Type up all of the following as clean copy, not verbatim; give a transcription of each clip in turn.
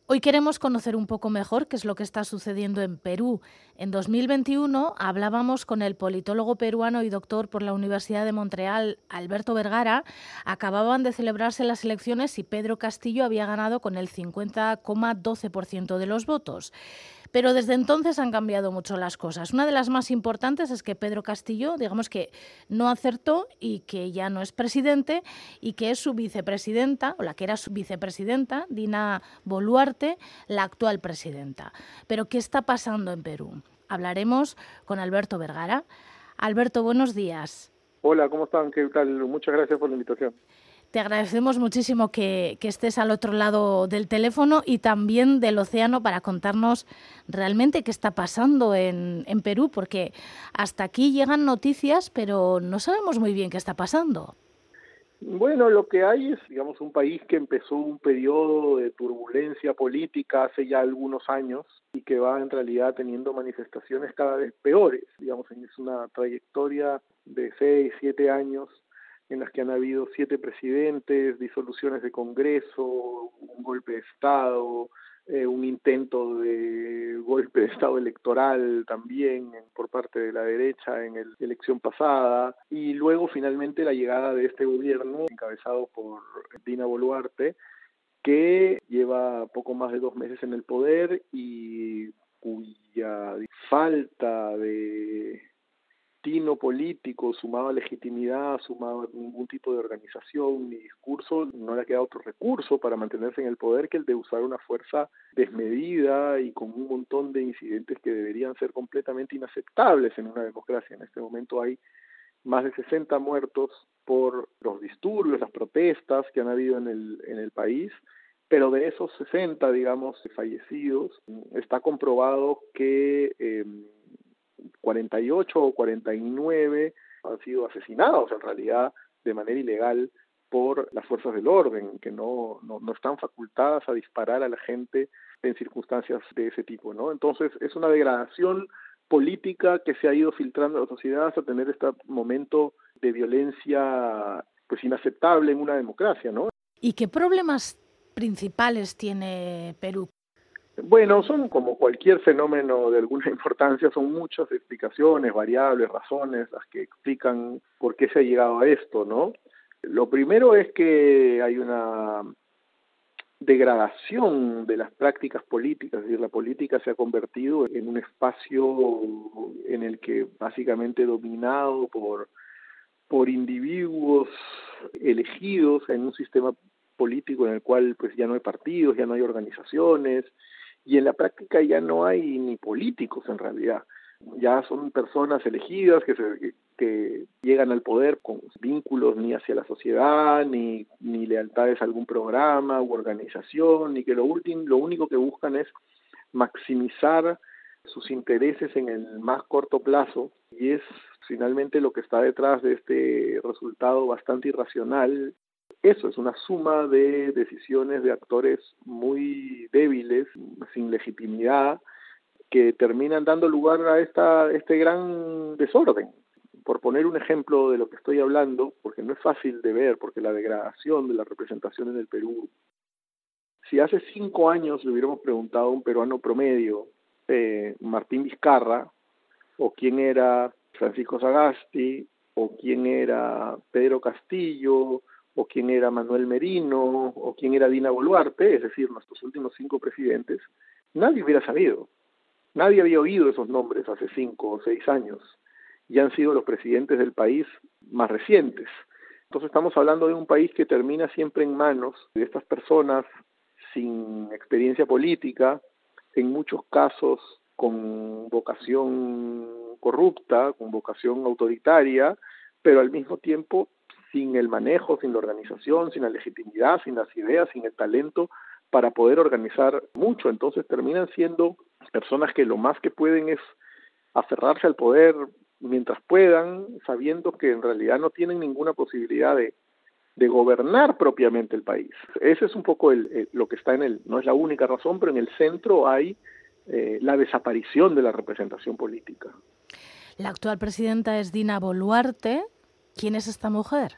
Hoy queremos conocer un poco mejor qué es lo que está sucediendo en Perú. En 2021 hablábamos con el politólogo peruano y doctor por la Universidad de Montreal, Alberto Vergara. Acababan de celebrarse las elecciones y Pedro Castillo había ganado con el 50,12% de los votos. Pero desde entonces han cambiado mucho las cosas. Una de las más importantes es que Pedro Castillo, digamos que no acertó y que ya no es presidente y que es su vicepresidenta, o la que era su vicepresidenta, Dina Boluarte, la actual presidenta. Pero ¿qué está pasando en Perú? Hablaremos con Alberto Vergara. Alberto, buenos días. Hola, ¿cómo están? ¿Qué tal? Muchas gracias por la invitación. Te agradecemos muchísimo que estés al otro lado del teléfono y también del océano para contarnos realmente qué está pasando en Perú, porque hasta aquí llegan noticias, pero no sabemos muy bien qué está pasando. Bueno, lo que hay es, digamos, un país que empezó un periodo de turbulencia política hace ya algunos años y que va en realidad teniendo manifestaciones cada vez peores. Digamos, es una trayectoria de 6, 7 años en las que han habido 7 presidentes, disoluciones de Congreso, un golpe de Estado, un intento de golpe de Estado electoral también por parte de la derecha en la elección pasada, y luego finalmente la llegada de este gobierno encabezado por Dina Boluarte, que lleva poco más de 2 meses en el poder y cuya falta de tino político, sumado a legitimidad, sumado a ningún tipo de organización ni discurso, no le ha quedado otro recurso para mantenerse en el poder que el de usar una fuerza desmedida y con un montón de incidentes que deberían ser completamente inaceptables en una democracia. En este momento hay más de 60 muertos por los disturbios, las protestas que han habido en el país, pero de esos 60, digamos, fallecidos, está comprobado que 48 o 49 han sido asesinados en realidad de manera ilegal por las fuerzas del orden, que no están facultadas a disparar a la gente en circunstancias de ese tipo, ¿no? Entonces es una degradación política que se ha ido filtrando a la sociedad hasta tener este momento de violencia pues inaceptable en una democracia, ¿no? ¿Y qué problemas principales tiene Perú? Bueno, son como cualquier fenómeno de alguna importancia, son muchas explicaciones, variables, razones las que explican por qué se ha llegado a esto, ¿no? Lo primero es que hay una degradación de las prácticas políticas, es decir, la política se ha convertido en un espacio en el que básicamente dominado por individuos elegidos en un sistema político en el cual pues ya no hay partidos, ya no hay organizaciones, y en la práctica ya no hay ni políticos en realidad. Ya son personas elegidas que llegan al poder con vínculos ni hacia la sociedad, ni lealtades a algún programa u organización, y que lo único que buscan es maximizar sus intereses en el más corto plazo, y es finalmente lo que está detrás de este resultado bastante irracional. Eso es una suma de decisiones de actores muy débiles, sin legitimidad, que terminan dando lugar a este gran desorden. Por poner un ejemplo de lo que estoy hablando, porque no es fácil de ver, porque la degradación de la representación en el Perú, si hace 5 años le hubiéramos preguntado a un peruano promedio, Martín Vizcarra, o quién era Francisco Sagasti, o quién era Pedro Castillo, o quién era Manuel Merino, o quién era Dina Boluarte, es decir, nuestros últimos 5 presidentes, nadie hubiera sabido. Nadie había oído esos nombres hace 5 o 6 años y han sido los presidentes del país más recientes. Entonces estamos hablando de un país que termina siempre en manos de estas personas sin experiencia política, en muchos casos con vocación corrupta, con vocación autoritaria, pero al mismo tiempo sin el manejo, sin la organización, sin la legitimidad, sin las ideas, sin el talento para poder organizar mucho. Entonces terminan siendo personas que lo más que pueden es aferrarse al poder mientras puedan, sabiendo que en realidad no tienen ninguna posibilidad de gobernar propiamente el país. Ese es un poco lo que está no es la única razón, pero en el centro hay la desaparición de la representación política. La actual presidenta es Dina Boluarte. ¿Quién es esta mujer?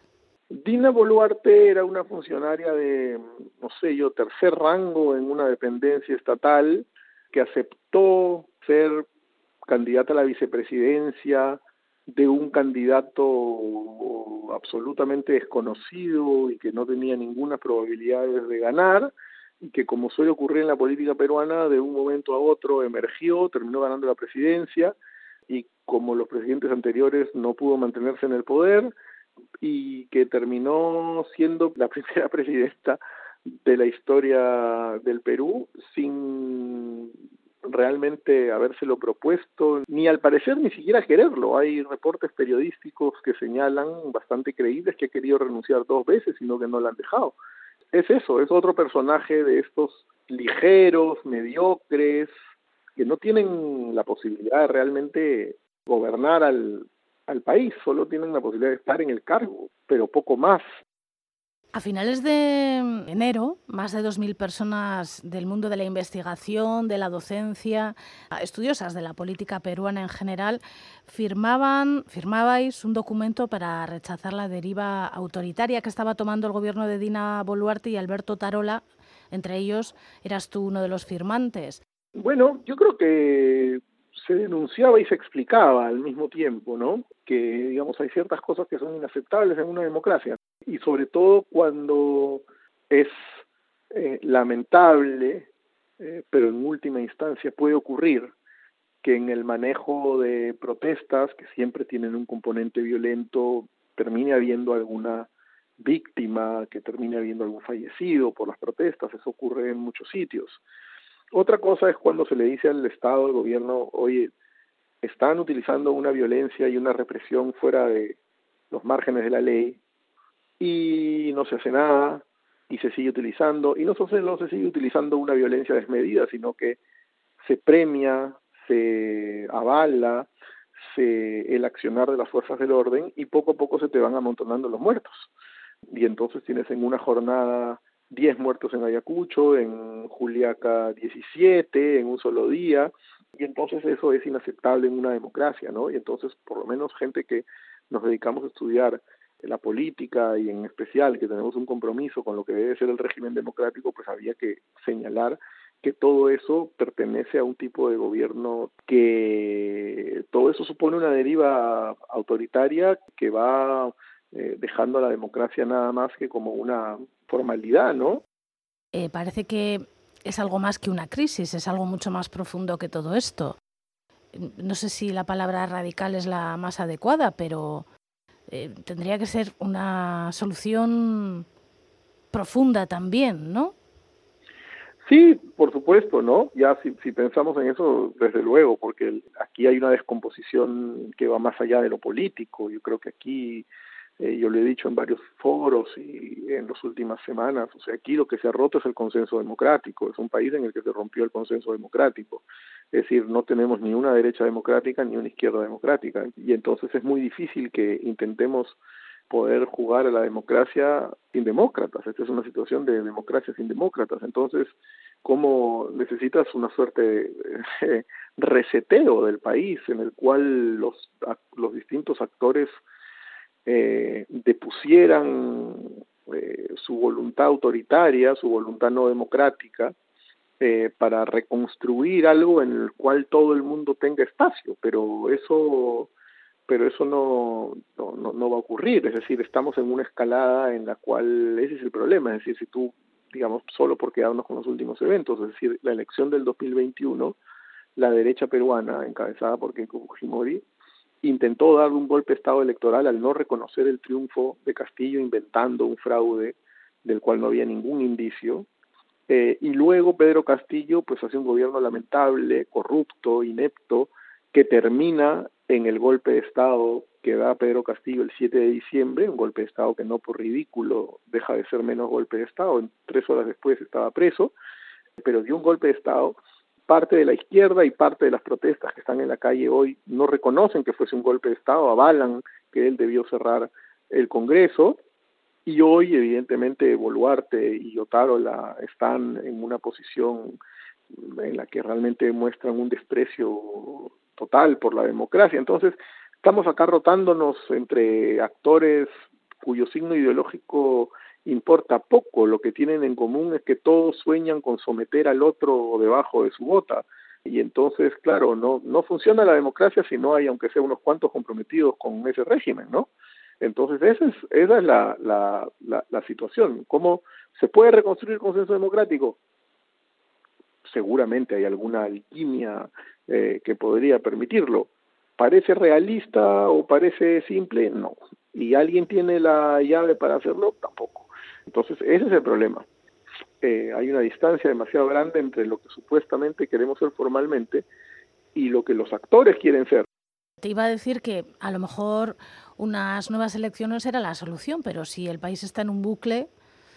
Dina Boluarte era una funcionaria de, no sé yo, tercer rango en una dependencia estatal que aceptó ser candidata a la vicepresidencia de un candidato absolutamente desconocido y que no tenía ninguna probabilidad de ganar, y que, como suele ocurrir en la política peruana, de un momento a otro emergió, terminó ganando la presidencia, y como los presidentes anteriores no pudo mantenerse en el poder, y que terminó siendo la primera presidenta de la historia del Perú sin realmente habérselo propuesto, ni al parecer ni siquiera quererlo. Hay reportes periodísticos que señalan, bastante creíbles, que ha querido renunciar 2 veces, sino que no la han dejado. Es eso, es otro personaje de estos ligeros, mediocres, que no tienen la posibilidad de realmente gobernar al país, solo tienen la posibilidad de estar en el cargo, pero poco más. A finales de enero, más de 2.000 personas del mundo de la investigación, de la docencia, estudiosas de la política peruana en general, firmabais un documento para rechazar la deriva autoritaria que estaba tomando el gobierno de Dina Boluarte y Alberto Tarola. Entre ellos, eras tú uno de los firmantes. Bueno, yo creo que se denunciaba y se explicaba al mismo tiempo, ¿no? Que, digamos, hay ciertas cosas que son inaceptables en una democracia, y sobre todo cuando es lamentable, pero en última instancia puede ocurrir que en el manejo de protestas, que siempre tienen un componente violento, termine habiendo alguna víctima, que termine habiendo algún fallecido por las protestas. Eso ocurre en muchos sitios. Otra cosa es cuando se le dice al Estado, al gobierno, oye, están utilizando una violencia y una represión fuera de los márgenes de la ley, y no se hace nada, y se sigue utilizando, y no se sigue utilizando una violencia desmedida, sino que se premia, se avala el accionar de las fuerzas del orden, y poco a poco se te van amontonando los muertos. Y entonces tienes en una jornada 10 muertos en Ayacucho, en Juliaca 17, en un solo día, y entonces eso es inaceptable en una democracia, ¿no? Y entonces, por lo menos, gente que nos dedicamos a estudiar la política, y en especial que tenemos un compromiso con lo que debe ser el régimen democrático, pues había que señalar que todo eso pertenece a un tipo de gobierno, que todo eso supone una deriva autoritaria que va dejando a la democracia nada más que como una formalidad, ¿no? Parece que es algo más que una crisis, es algo mucho más profundo que todo esto. No sé si la palabra radical es la más adecuada, pero tendría que ser una solución profunda también, ¿no? Sí, por supuesto, ¿no? Ya si pensamos en eso, desde luego, porque aquí hay una descomposición que va más allá de lo político. Yo creo que aquí, yo lo he dicho en varios foros y en las últimas semanas, o sea, aquí lo que se ha roto es el consenso democrático. Es un país en el que se rompió el consenso democrático. Es decir, no tenemos ni una derecha democrática ni una izquierda democrática, y entonces es muy difícil que intentemos poder jugar a la democracia sin demócratas. Esta es una situación de democracia sin demócratas. Entonces, ¿cómo necesitas una suerte de reseteo del país en el cual los distintos actores depusieran su voluntad autoritaria, su voluntad no democrática, para reconstruir algo en el cual todo el mundo tenga espacio? Pero eso no va a ocurrir. Es decir, estamos en una escalada en la cual ese es el problema. Es decir, si tú, digamos, solo por quedarnos con los últimos eventos, es decir, la elección del 2021, la derecha peruana, encabezada por Keiko Fujimori, intentó dar un golpe de Estado electoral al no reconocer el triunfo de Castillo, inventando un fraude del cual no había ningún indicio. Y luego Pedro Castillo pues hace un gobierno lamentable, corrupto, inepto, que termina en el golpe de Estado que da Pedro Castillo el 7 de diciembre, un golpe de Estado que no por ridículo deja de ser menos golpe de Estado. 3 horas después estaba preso, pero dio un golpe de Estado. Parte de la izquierda y parte de las protestas que están en la calle hoy no reconocen que fuese un golpe de Estado, avalan que él debió cerrar el Congreso. Y hoy, evidentemente, Boluarte y Otárola están en una posición en la que realmente muestran un desprecio total por la democracia. Entonces, estamos acá rotándonos entre actores cuyo signo ideológico importa poco. Lo que tienen en común es que todos sueñan con someter al otro debajo de su bota. Y entonces, claro, no funciona la democracia si no hay, aunque sea unos cuantos comprometidos con ese régimen, ¿no? Entonces, esa es la situación. ¿Cómo se puede reconstruir el consenso democrático? Seguramente hay alguna alquimia que podría permitirlo. ¿Parece realista o parece simple? No. ¿Y alguien tiene la llave para hacerlo? Tampoco. Entonces, ese es el problema. Hay una distancia demasiado grande entre lo que supuestamente queremos ser formalmente y lo que los actores quieren ser. Te iba a decir que a lo mejor unas nuevas elecciones era la solución, pero si el país está en un bucle...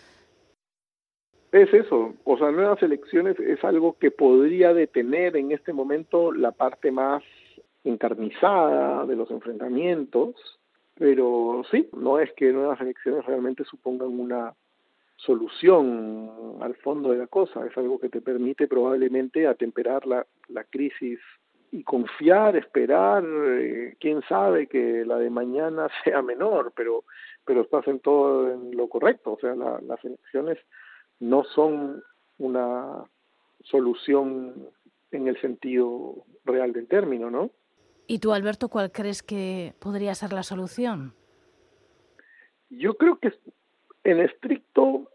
Es eso, o sea, nuevas elecciones es algo que podría detener en este momento la parte más encarnizada de los enfrentamientos, pero sí, no es que nuevas elecciones realmente supongan una solución al fondo de la cosa, es algo que te permite probablemente atemperar la crisis y confiar, esperar, quién sabe que la de mañana sea menor, pero estás en todo en lo correcto, o sea, las elecciones no son una solución en el sentido real del término, ¿no? ¿Y tú, Alberto, cuál crees que podría ser la solución? Yo creo que en estricto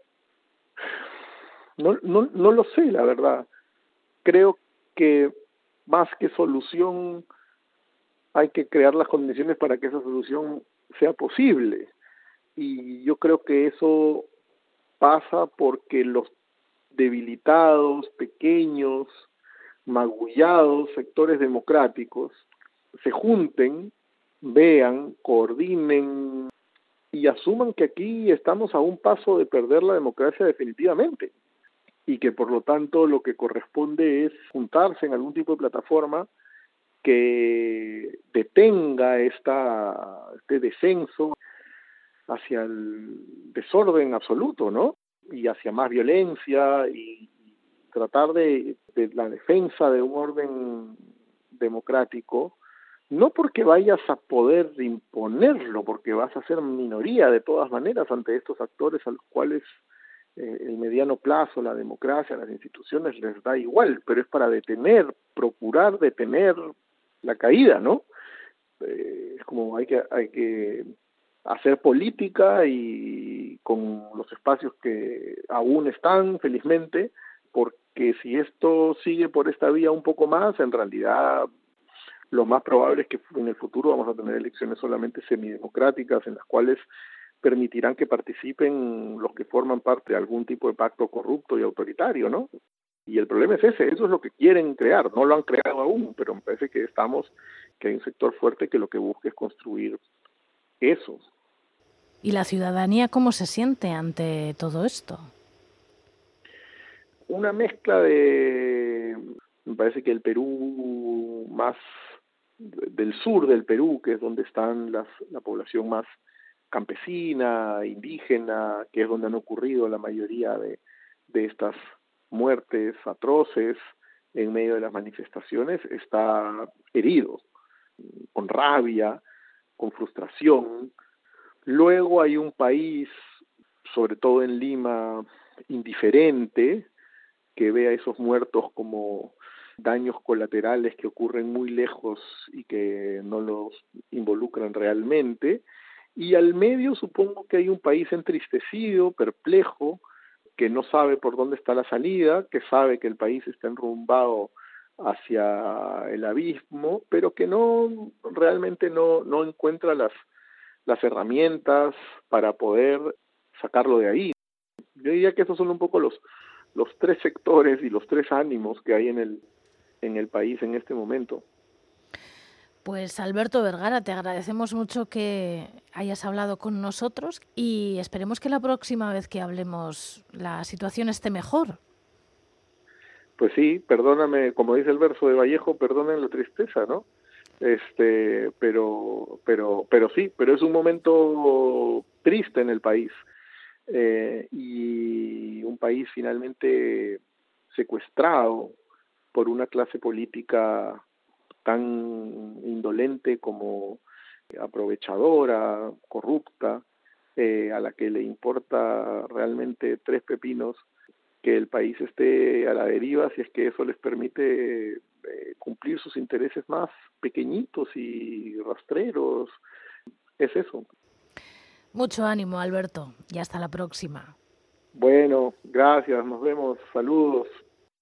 no lo sé, la verdad. Creo que más que solución hay que crear las condiciones para que esa solución sea posible. Y yo creo que eso pasa porque los debilitados, pequeños, magullados sectores democráticos se junten, vean, coordinen y asuman que aquí estamos a un paso de perder la democracia definitivamente y que por lo tanto lo que corresponde es juntarse en algún tipo de plataforma que detenga este descenso hacia el desorden absoluto, ¿no? Y hacia más violencia y tratar de la defensa de un orden democrático, no porque vayas a poder imponerlo, porque vas a ser minoría de todas maneras ante estos actores a los cuales el mediano plazo, la democracia, las instituciones les da igual, pero es para procurar detener la caída, ¿no? Es como hay que hacer política y con los espacios que aún están, felizmente, porque si esto sigue por esta vía un poco más, en realidad lo más probable es que en el futuro vamos a tener elecciones solamente semidemocráticas en las cuales permitirán que participen los que forman parte de algún tipo de pacto corrupto y autoritario, ¿no? Y el problema es ese, eso es lo que quieren crear, no lo han creado aún, pero me parece que hay un sector fuerte que lo que busca es construir eso. ¿Y la ciudadanía cómo se siente ante todo esto? Una mezcla me parece que el Perú más del sur del Perú, que es donde están la población más campesina, indígena, que es donde han ocurrido la mayoría de estas muertes atroces en medio de las manifestaciones, está herido, con rabia, con frustración. Luego hay un país, sobre todo en Lima, indiferente, que ve a esos muertos como daños colaterales que ocurren muy lejos y que no los involucran realmente. Y al medio supongo que hay un país entristecido, perplejo, que no sabe por dónde está la salida, que sabe que el país está enrumbado hacia el abismo, pero que realmente no encuentra las herramientas para poder sacarlo de ahí. Yo diría que esos son un poco los tres sectores y los tres ánimos que hay en el país en este momento. Pues Alberto Vergara, te agradecemos mucho que hayas hablado con nosotros y esperemos que la próxima vez que hablemos la situación esté mejor. Pues sí, perdóname, como dice el verso de Vallejo, perdonen la tristeza, ¿no? Pero sí, pero es un momento triste en el país y un país finalmente secuestrado por una clase política tan indolente como aprovechadora, corrupta, a la que le importa realmente tres pepinos que el país esté a la deriva, si es que eso les permite cumplir sus intereses más pequeñitos y rastreros. Es eso. Mucho ánimo, Alberto, y hasta la próxima. Bueno, gracias, nos vemos, saludos.